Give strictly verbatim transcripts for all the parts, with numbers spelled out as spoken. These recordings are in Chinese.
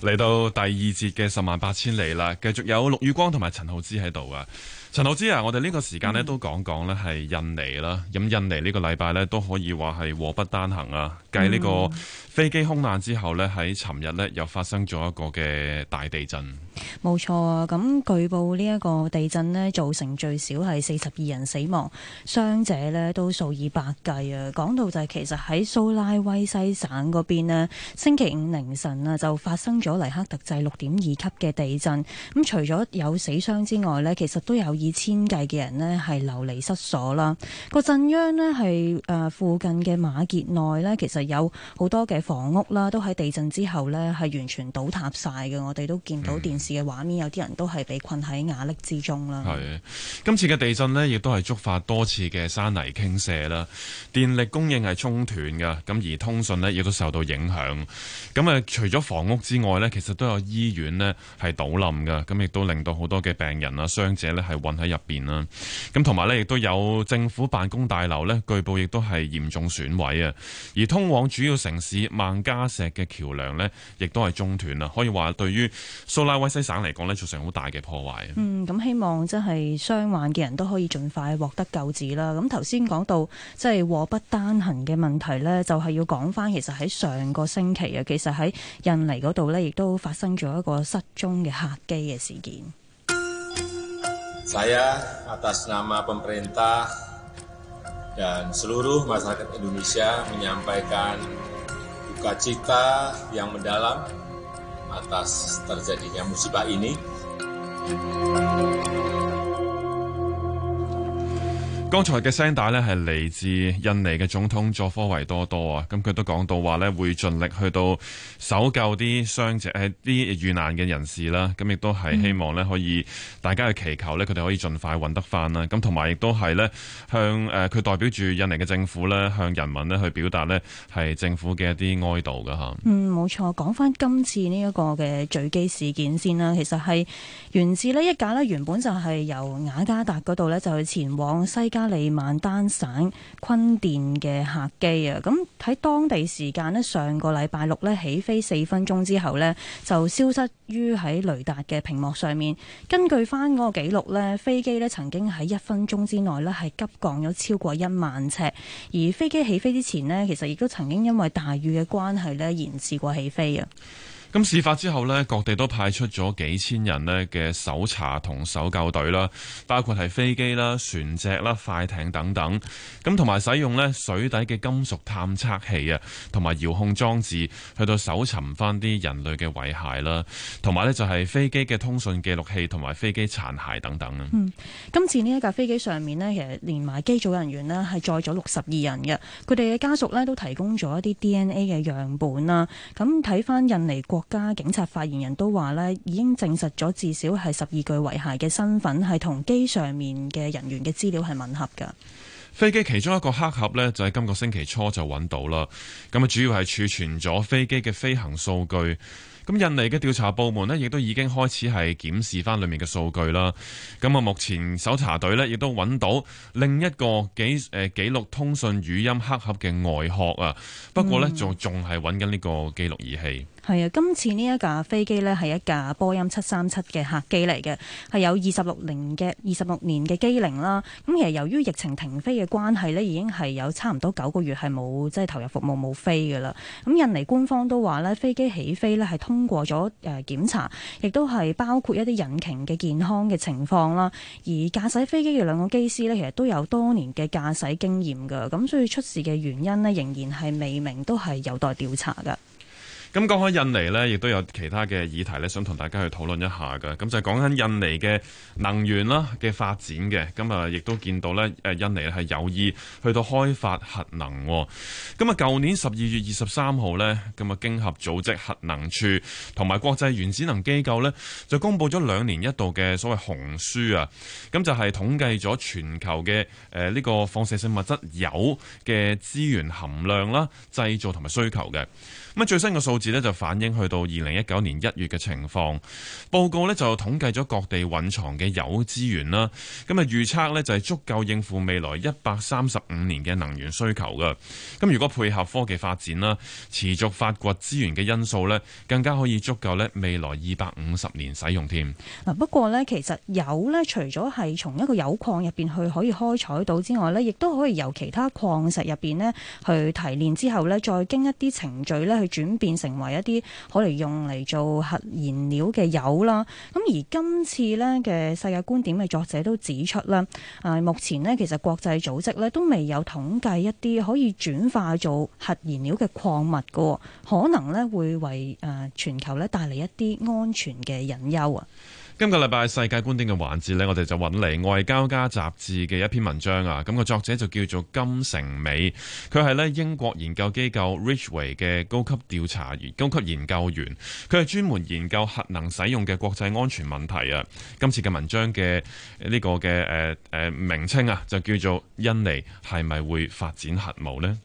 嚟到第二節嘅十萬八千里啦，繼續有陸宇光同埋陳浩之喺度啊。陳浩之啊，我哋呢個時間呢都講講呢係印尼啦。咁印尼呢個禮拜呢都可以話係禍不單行啊。繼呢個飛機空難之後呢，喺尋日呢又發生咗一個嘅大地震。 冇錯啊，咁據報呢一個地震呢造成最少係四十二人死亡，傷者呢都數以百計啊。講到就係其實喺蘇拉威西省嗰邊呢，星期五凌晨啊就發生咗黎克特制六點二級嘅地震。咁除咗有死傷之外呢，其實都有以千計嘅人呢係流離失所啦。個震央呢係誒附近嘅馬傑內呢，其實有好多嘅房屋啦，都喺地震之後呢係完全倒塌晒嘅。我哋都見到電視嘅畫面，有啲人都係被困喺瓦礫之中啦。 係今次嘅地震呢，亦都係觸發多次嘅山泥傾瀉啦，電力供應係中斷嘅，咁而通訊呢亦都受到影響。咁啊，除咗房屋之外呢，其實都有醫院呢係倒冧嘅，咁亦都令到好多嘅病人啊、傷者呢係困喺入邊啦。咁同埋呢，亦都有政府辦公大樓呢，據報亦都係嚴重損毀啊。而通往主要城市孟加石嘅橋樑呢，亦都係中斷啦。可以話對於蘇拉威西省嚟講呢，造成好大嘅破壞。 嗯，咁希望真係傷患嘅人都可以盡快獲得救治啦。咁頭先講到即係禍不單行嘅問題呢，就係要講翻其實喺上個星期啊，其實喺印尼嗰度呢，亦都發生咗一個失蹤嘅客機嘅事件。 Saya atas nama pemerintah dan seluruh masyarakat Indonesia menyampaikan duka cita yang mendalam atas terjadinya musibah ini。 剛才嘅聲帶呢係嚟自印尼嘅總統佐科維多多啊，咁佢都講到話呢會盡力去到搜救啲傷者誒啲遇難嘅人士啦，咁亦都係希望呢可以大家去祈求呢佢哋可以盡快揾得翻啦，咁同埋亦都係呢向誒佢代表住印尼嘅政府呢向人民呢去表達呢係政府嘅一啲哀悼㗎吓。 嗯，冇錯，講翻今次呢一個嘅墜機事件先啦，其實係源自呢一架呢原本就係由雅加達嗰度呢就去前往西加利曼丹省昆甸嘅客機啊，咁喺當地時間呢，上個禮拜六呢起飛四分鐘之後呢，就消失於喺雷達嘅屏幕上面。根據翻嗰個記錄呢，飛機呢曾經喺一分鐘之內呢係急降咗超過一萬尺，而飛機起飛之前呢，其實亦都曾經因為大雨嘅關係呢延遲過起飛啊。 咁事發之後呢，各地都派出咗幾千人呢嘅搜查同搜救隊啦，包括係飛機啦、船隻啦、快艇等等，咁同埋使用呢水底嘅金屬探測器啊，同埋遙控裝置去到搜尋翻啲人類嘅遺骸啦，同埋呢就係飛機嘅通訊記錄器同埋飛機殘骸等等啊。 嗯，今次呢一架飛機上面呢，其實連埋機組人員呢係載咗六十二人嘅，佢哋嘅家屬呢都提供咗一啲 D N A 嘅樣本啦。咁睇翻印尼國國家警察發言人都話咧，已經證實咗至少係十二具遺骸嘅身份係同機上面嘅人員嘅資料係吻合㗎。 飛機其中一個黑盒呢，就喺今個星期初就揾到啦。咁啊，主要係儲存咗飛機嘅飛行數據。咁印尼嘅調查部門呢，亦都已經開始係檢視翻裏面嘅數據啦。咁啊，目前搜查隊呢，亦都揾到另一個記誒記錄通訊語音黑盒嘅外殼啊。不過呢，仲仲係揾緊呢個記錄儀器。 係啊，今次呢一架飛機呢係一架波音七三七嘅客機嚟嘅，係有二十六年嘅二十六年嘅機齡啦。咁其實由於疫情停飛嘅關係呢，已經係有差唔多九個月係冇即係投入服務冇飛㗎啦。咁印尼官方都話呢，飛機起飛呢係通過咗誒檢查，亦都係包括一啲引擎嘅健康嘅情況啦。而駕駛飛機嘅兩個機師呢，其實都有多年嘅駕駛經驗㗎。咁所以出事嘅原因呢，仍然係未明，都係有待調查㗎。 咁講開印尼呢，亦都有其他嘅議題呢，想同大家去討論一下嘅。咁就係講緊印尼嘅能源啦嘅發展嘅。咁啊，亦都見到呢，誒印尼係有意去到開發核能。咁啊，舊年十二月二十三號呢，咁啊，經合組織核能處同埋國際原子能機構呢，就公布咗兩年一度嘅所謂紅書啊。咁就係統計咗全球嘅誒呢個放射性物質鈾嘅資源含量啦、製造同埋需求嘅。 咁最新嘅數字呢，就反映去到二零一九年一月嘅情況。報告呢，就統計咗各地蘊藏嘅鈾資源啦，咁啊預測呢，就係足夠應付未來一百三十五年嘅能源需求㗎。咁如果配合科技發展啦，持續發掘資源嘅因素呢，更加可以足夠呢未來二百五十年使用添。 嗱，不過呢，其實鈾呢，除咗係從一個鈾礦入邊去可以開採到之外呢，亦都可以由其他礦石入邊呢去提煉之後呢，再經一啲程序呢去轉變成為一啲可以用嚟做核燃料嘅鈾啦。咁而今次呢嘅世界觀點嘅作者都指出啦，誒目前呢，其實國際組織呢都未有統計一啲可以轉化做核燃料嘅礦物嘅，可能呢會為誒全球呢帶嚟一啲安全嘅隱憂啊。 今個禮拜世界觀點嘅環節呢，我哋就揾嚟外交家雜誌嘅一篇文章啊。咁個作者就叫做金城美，佢係呢英國研究機構 Ridgeway 嘅高級調查員、高級研究員，佢係專門研究核能使用嘅國際安全問題啊。今次嘅文章嘅呢個嘅誒誒名稱啊，就叫做印尼係咪會發展核武呢？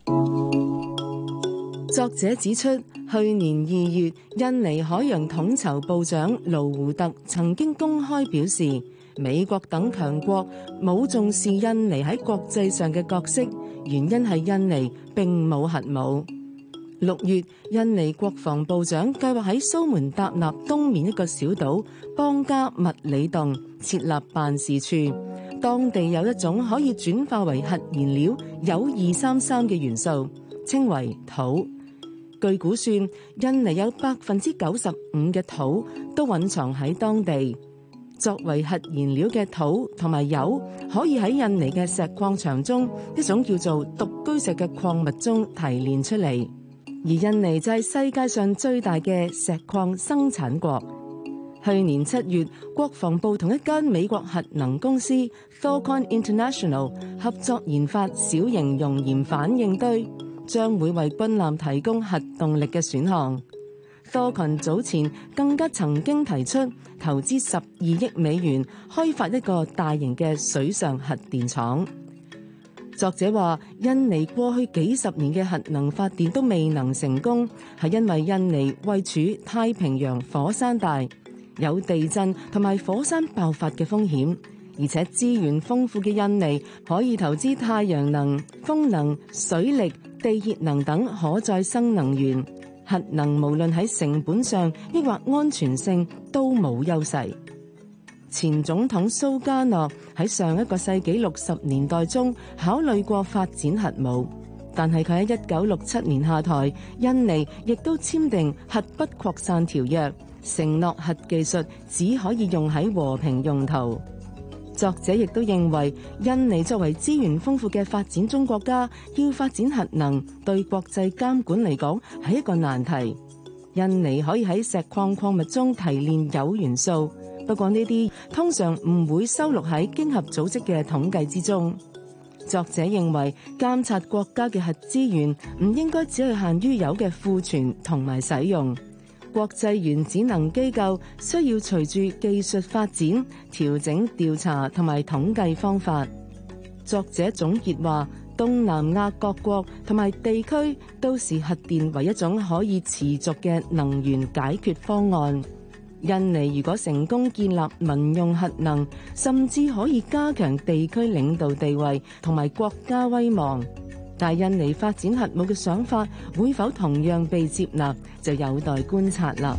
作者指出，去年二月，印尼海洋統籌部長盧胡特曾經公開表示，美國等強國冇重視印尼喺國際上嘅角色，原因係印尼並冇核武。六月，印尼國防部長計劃喺蘇門答臘東面一個小島邦加密里洞設立辦事處，當地有一種可以轉化為核燃料鈾二三三嘅元素，稱為土。據估算，印尼有百分之九十五嘅土都蘊藏喺當地。作為核燃料嘅土同埋鈾，可以喺印尼嘅石礦場中一種叫做獨居石嘅礦物中提煉出嚟。而印尼就係世界上最大嘅石礦生產國。去年七月，國防部同一間美國核能公司 Thorcon International 合作研發小型熔鹽反應堆，將會為軍艦提供核動力嘅選項。Thorcon 早前更加曾經提出投資十二億美元開發一個大型嘅水上核電廠。作者話，印尼過去幾十年嘅核能發電都未能成功，係因為印尼位處太平洋火山帶，有地震同埋火山爆發嘅風險，而且資源豐富嘅印尼可以投資太陽能、風能、水力、地熱能等可再生能源，核能無論喺成本上抑或安全性都冇優勢。前總統蘇加諾喺上一個世紀六十年代中考慮過發展核武，但係佢喺一九六七年下台，印尼亦都簽訂核不擴散條約，承諾核技術只可以用喺和平用途。作者亦都認為，印尼作為資源豐富嘅發展中國家，要發展核能，對國際監管嚟講係一個難題。印尼可以喺石礦礦物中提煉鈾元素，不過呢啲通常唔會收錄喺經合組織嘅統計之中。作者認為，監察國家嘅核資源唔應該只係限於鈾嘅庫存同埋使用。國際原子能機構需要隨住技術發展調整調查同埋統計方法。作者總結話，東南亞各國同埋地區都視核電為一種可以持續嘅能源解決方案。印尼如果成功建立民用核能，甚至可以加強地區領導地位同埋國家威望。但印尼發展核武嘅想法會否同樣被接納，就有待觀察啦。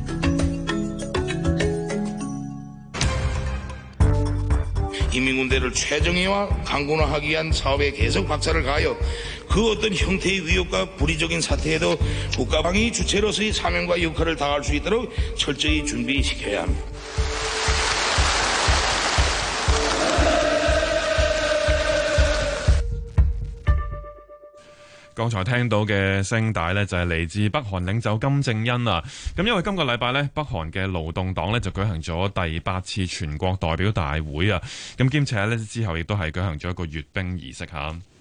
剛才聽到嘅聲帶呢，就係嚟自北韓領袖金正恩啊！咁因為今個禮拜呢，北韓嘅勞動黨呢就舉行咗第八次全國代表大會啊！咁兼且呢之後亦都係舉行咗一個閱兵儀式嚇。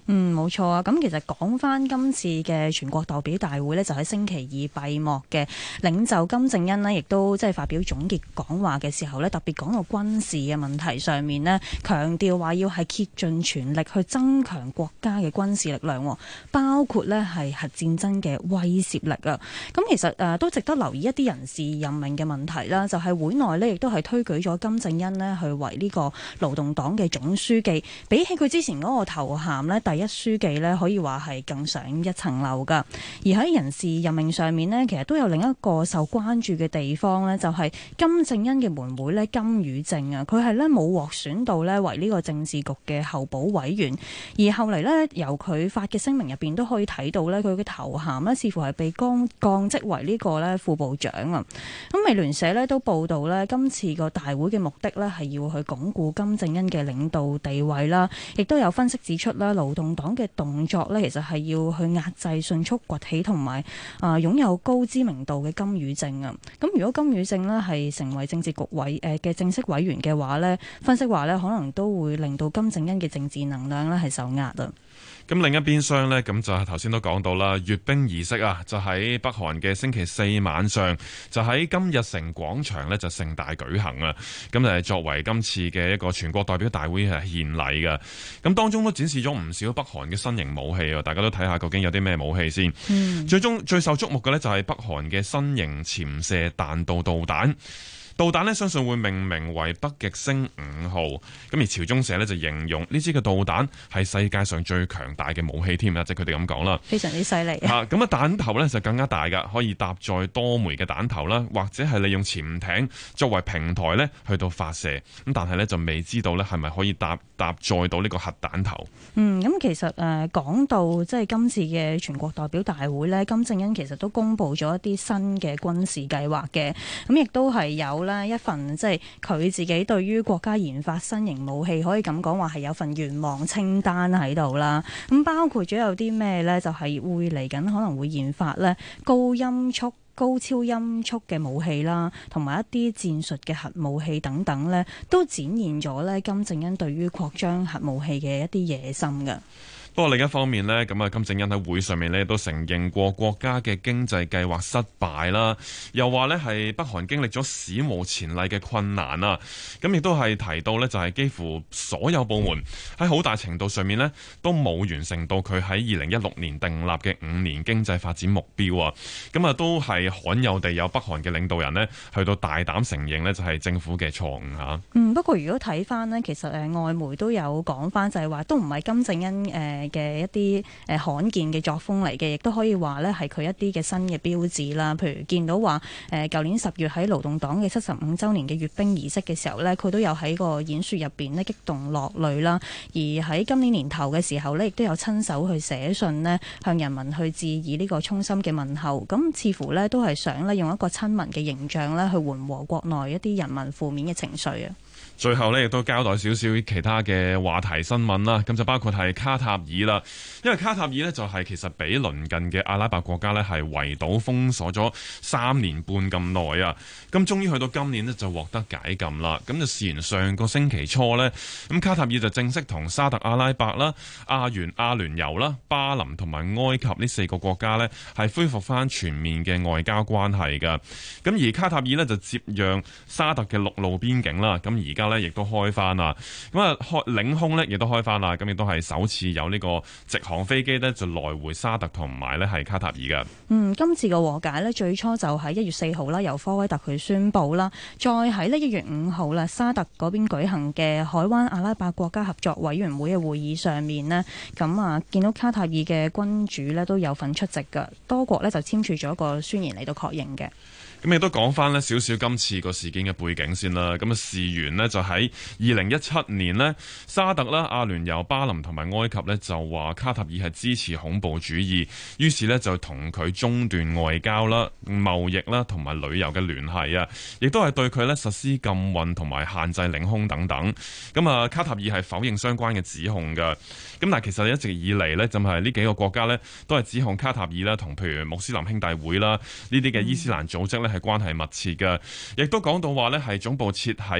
嗯，冇錯啊！咁其實講翻今次嘅全國代表大會呢，就喺星期二閉幕嘅。領袖金正恩呢，亦都即係發表總結講話嘅時候呢，特別講到軍事嘅問題上面呢，強調話要係竭盡全力去增強國家嘅軍事力量，包括呢係核戰爭嘅威懾力啊！咁其實誒都值得留意一啲人事任命嘅問題啦，就係、是、會內呢，亦都係推舉咗金正恩呢去為呢個勞動黨嘅總書記，比起佢之前嗰個頭銜呢，第一書記呢可以話係更上一層樓噶。而喺人事任命上面呢，其實都有另一個受關注嘅地方呢，就係金正恩嘅妹妹呢，金與正啊，佢係呢冇獲選到呢為呢個政治局嘅候補委員，而後嚟呢，由佢發嘅聲明入邊都可以睇到呢，佢嘅頭銜呢似乎係被降降職為呢個呢副部長啊。咁美聯社呢都報道呢，今次個大會嘅目的呢係要去鞏固金正恩嘅領導地位啦，亦都有分析指出啦，勞動黨嘅動作呢，其實係要去壓制迅速崛起同埋啊擁有高知名度嘅金與正啊。咁如果金與正呢係成為政治局委誒嘅正式委員嘅話呢，分析話呢可能都會令到金正恩嘅政治能量呢係受壓啊。 咁另一邊廂呢，咁就係頭先都講到啦，閱兵儀式啊，就喺北韓嘅星期四晚上，就喺金日成廣場呢，就盛大舉行啊。咁就係作為今次嘅一個全國代表大會係獻禮嘅。咁當中都展示咗唔少北韓嘅新型武器啊，大家都睇下究竟有啲咩武器先。嗯、最終最受矚目嘅呢，就係北韓嘅新型潛射彈道導彈。導彈呢，相信會命名為北極星五號，咁而朝中社呢，就形容呢支嘅導彈係世界上最強大嘅武器添啊，即係佢哋咁講啦， 非常之犀利啊！咁啊彈頭呢就更加大噶，可以搭載多枚嘅彈頭啦，或者係利用潛艇作為平台呢去到發射，咁但係呢，就未知道呢係咪可以搭搭載到呢個核彈頭。 嗯，咁其實誒講、呃、到即係今次嘅全國代表大會呢，金正恩其實都公布咗一啲新嘅軍事計劃嘅，咁亦都係有一份即係佢自己對於國家研發新型武器，可以咁講話係有份願望清單喺度啦。咁包括咗有啲咩呢？就係會嚟緊可能會研發呢高音速、高超音速嘅武器啦，同埋一啲戰術嘅核武器等等呢，都展現咗呢金正恩對於擴張核武器嘅一啲野心㗎。 不過另一方面呢，咁啊金正恩喺會上面呢都承認過國家嘅經濟計劃失敗啦，又話呢係北韓經歷咗史無前例嘅困難啊，咁亦都係提到呢，就係幾乎所有部門喺好大程度上面呢都冇完成到佢喺二零一六年訂立嘅五年經濟發展目標啊，咁啊都係罕有地有北韓嘅領導人呢去到大膽承認呢就係政府嘅錯誤嚇。 嗯，不過如果睇翻呢，其實誒外媒都有講翻，就係話都唔係金正恩誒。呃嘅一啲誒罕見嘅作風嚟嘅，亦都可以話呢係佢一啲嘅新嘅標誌啦。譬如見到話誒，舊年十月喺勞動黨嘅七十五週年嘅閱兵儀式嘅時候呢，佢都有喺個演説入邊呢激動落淚啦。而喺今年年頭嘅時候呢，亦都有親手去寫信呢，向人民去致以呢個衷心嘅問候。咁似乎呢都係想呢用一個親民嘅形象呢去緩和國內一啲人民負面嘅情緒啊。 最後呢，亦都交代少少其他嘅話題新聞啦。咁就包括係卡塔爾啦，因為卡塔爾呢，就係其實俾鄰近嘅阿拉伯國家呢，係圍堵封鎖咗三年半咁耐啊。咁終於去到今年呢，就獲得解禁啦。咁就事緣上個星期初呢，咁卡塔爾就正式同沙特阿拉伯啦、阿聯阿聯酋啦、巴林同埋埃及呢四個國家呢，係恢復翻全面嘅外交關係㗎。咁而卡塔爾呢，就接壤沙特嘅陸路邊境啦。咁而家亦都開翻啦，咁啊開領空咧亦都開翻啦，咁亦都係首次有呢個直航飛機咧就來回沙特同埋咧係卡塔爾嘅。嗯， 今次嘅和解咧最初就喺一月四號啦，由科威特去宣布啦，再喺呢一月五號啦，沙特嗰邊舉行嘅海灣阿拉伯國家合作委員會嘅會議上面呢，咁啊見到卡塔爾嘅君主咧都有份出席㗎，多國咧就簽署咗一個宣言嚟到確認嘅。 咁亦都講翻呢少少今次個事件嘅背景先啦。咁啊事緣呢就喺二零一七年呢，沙特啦、阿聯酋、巴林同埋埃及呢就話卡塔爾係支持恐怖主義，於是呢就同佢中斷外交啦、貿易啦同埋旅遊嘅聯繫啊，亦都係對佢呢實施禁運同埋限制領空等等。咁啊卡塔爾係否認相關嘅指控㗎。咁但係其實一直以嚟呢，就係呢幾個國家呢都係指控卡塔爾啦同譬如穆斯林兄弟會啦呢啲嘅伊斯蘭組織呢係關係密切嘅，亦都講到話呢係總部設喺卡塔爾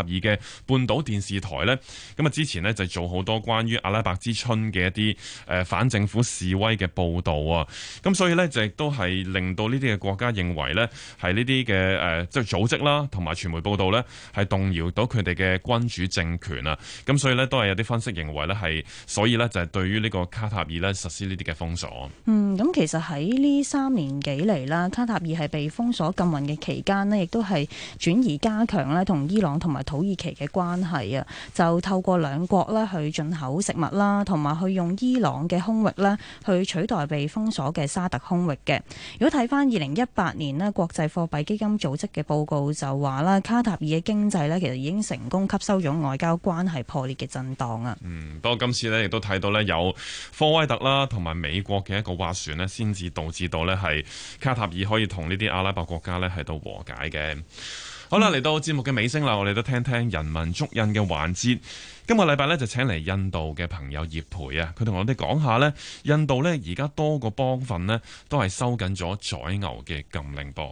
嘅半島電視台呢，咁啊之前呢就做好多關於阿拉伯之春嘅一啲誒反政府示威嘅報導啊，咁所以呢，就亦都係令到呢啲嘅國家認為呢係呢啲嘅誒即係組織啦，同埋傳媒報導呢係動搖到佢哋嘅君主政權啊，咁所以呢，都係有啲分析認為呢係，所以呢，就係對於呢個卡塔爾呢實施呢啲嘅封鎖。 嗯，咁其實喺呢三年幾嚟啦，卡塔爾係被封鎖禁運嘅期間呢，亦都係轉移加強咧同伊朗同埋土耳其嘅關係啊，就透過兩國咧去進口食物啦，同埋去用伊朗嘅空域咧去取代被封鎖嘅沙特空域嘅。如果睇翻二零一八年呢國際貨幣基金組織嘅報告就話啦，卡塔爾嘅經濟咧其實已經成功吸收咗外交關係破裂嘅震盪啊。 嗯，不過今次咧亦都睇到咧有科威特啦同埋美國嘅一個斡旋咧，先至導致到咧係卡塔爾可以同呢啲阿拉伯國家咧係到和解嘅。好啦，嚟到節目嘅尾聲啦，我哋都聽聽人文足印嘅環節。今個禮拜咧就請嚟印度嘅朋友葉培啊，佢同我哋講下咧，印度咧而家多個邦份咧都係收緊咗宰牛嘅禁令噃。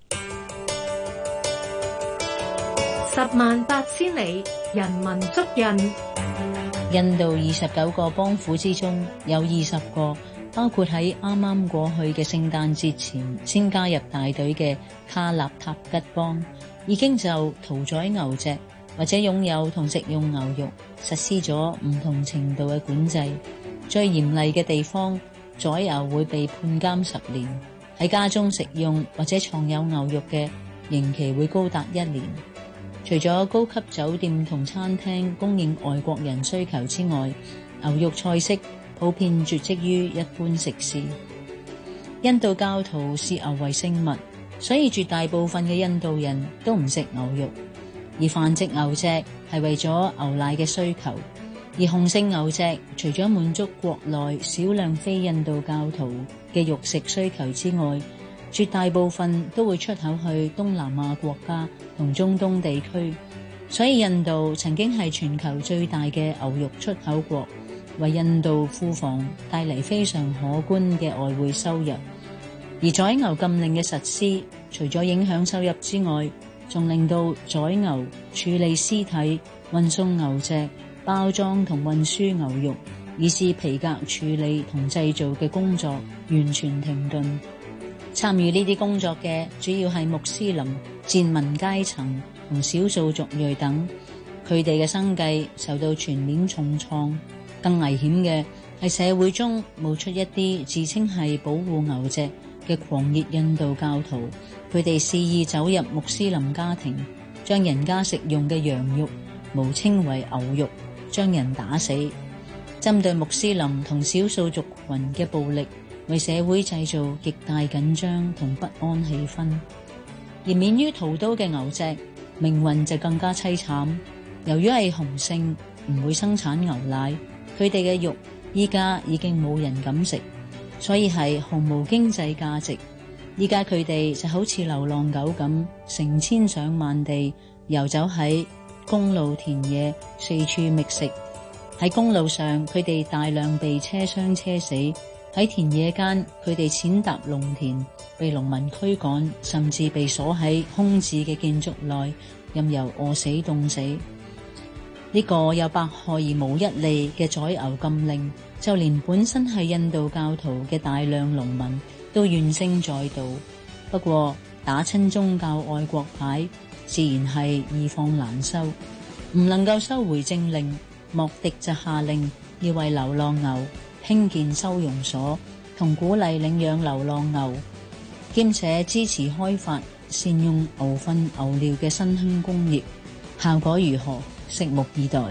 十萬八千里，人文足印。 印度二十九個邦府之中，有二十個，包括喺啱啱過去嘅聖誕節前先加入大隊嘅卡納塔吉邦，已經就屠宰牛隻或者擁有同食用牛肉實施咗唔同程度嘅管制。最嚴厲嘅地方，宰牛會被判監十年；喺家中食用或者藏有牛肉嘅，刑期會高達一年。除咗高級酒店同餐廳供應外國人需求之外，牛肉菜式普遍絕跡於一般食肆。印度教徒視牛為聖物，所以絕大部分嘅印度人都唔食牛肉。而繁殖牛隻係為咗牛奶嘅需求，而雄性牛隻除咗滿足國內少量非印度教徒嘅肉食需求之外，絕大部分都會出口去東南亞國家同中東地區，所以印度曾經係全球最大嘅牛肉出口國，為印度庫房帶嚟非常可觀嘅外匯收入。而宰牛禁令嘅實施，除咗影響收入之外，仲令到宰牛、處理屍體、運送牛隻、包裝同運輸牛肉，以至皮革處理同製造嘅工作完全停頓。參與呢啲工作嘅主要係穆斯林、賤民階層同少數族裔等，佢哋嘅生計受到全面重創。更危險嘅係社會中冒出一啲自稱係保護牛隻嘅狂熱印度教徒，佢哋肆意走入穆斯林家庭，將人家食用嘅羊肉誣稱為牛肉，將人打死。針對穆斯林同少數族群嘅暴力，為社會製造極大緊張同不安氣氛。而免於屠刀嘅牛隻命運就更加淒慘，由於係雄性，唔會生產牛奶，佢哋嘅肉依家已經冇人敢食，所以係毫無經濟價值。依家佢哋就好似流浪狗咁，成千上萬地遊走喺公路田野，四處覓食。喺公路上，佢哋大量被車廂車死；喺田野間，佢哋踐踏農田，被農民驅趕，甚至被鎖喺空置嘅建築內，任由餓死凍死。呢、這個有百害而無一利嘅宰牛禁令，就連本身係印度教徒嘅大量農民都怨聲載道。不過打親宗教愛國牌，自然係易放難收，唔能夠收回政令。莫迪就下令要為流浪牛興建收容所，同鼓勵領養流浪牛，兼且支持開發善用牛糞牛尿嘅新興工業。效果如何？拭目以待。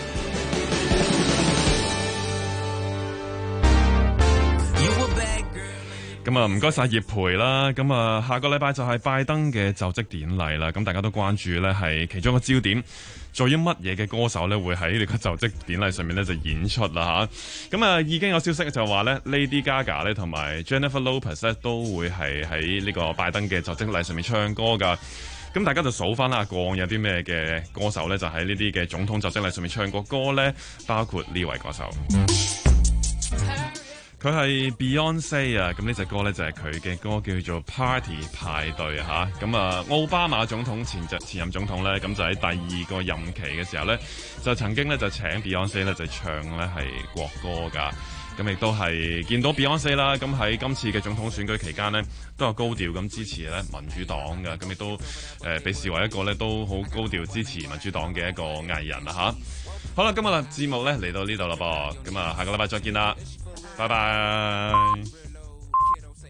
咁啊，唔該晒葉培啦。咁啊，下個禮拜就係拜登嘅就職典禮啦。咁大家都關注呢係其中一個焦點，在於乜嘢嘅歌手呢會喺呢個就職典禮上面呢就演出啦吓。咁啊，已經有消息就話呢 Lady Gaga 呢同埋 Jennifer Lopez 呢都會係喺呢個拜登嘅就職禮上面唱歌噶。咁大家就數翻啦，過往有啲咩嘅歌手呢就喺呢啲嘅總統就職禮上面唱過歌呢，包括呢位歌手。 佢係 Beyonce 啊，咁呢隻歌呢，就係佢嘅歌，叫做 Party 派對嚇。咁啊，奧巴馬總統前前任總統呢，咁就喺第二個任期嘅時候呢，就曾經呢，就請 Beyonce 呢，就唱呢係國歌㗎。咁亦都係見到 Beyonce 啦，咁喺今次嘅總統選舉期間呢，都有高調咁支持咧民主黨嘅，咁亦都誒被視為一個咧都好高調支持民主黨嘅一個藝人啦嚇。好啦，今日嘅節目咧嚟到呢度啦噃，咁啊下個禮拜再見啦，拜拜。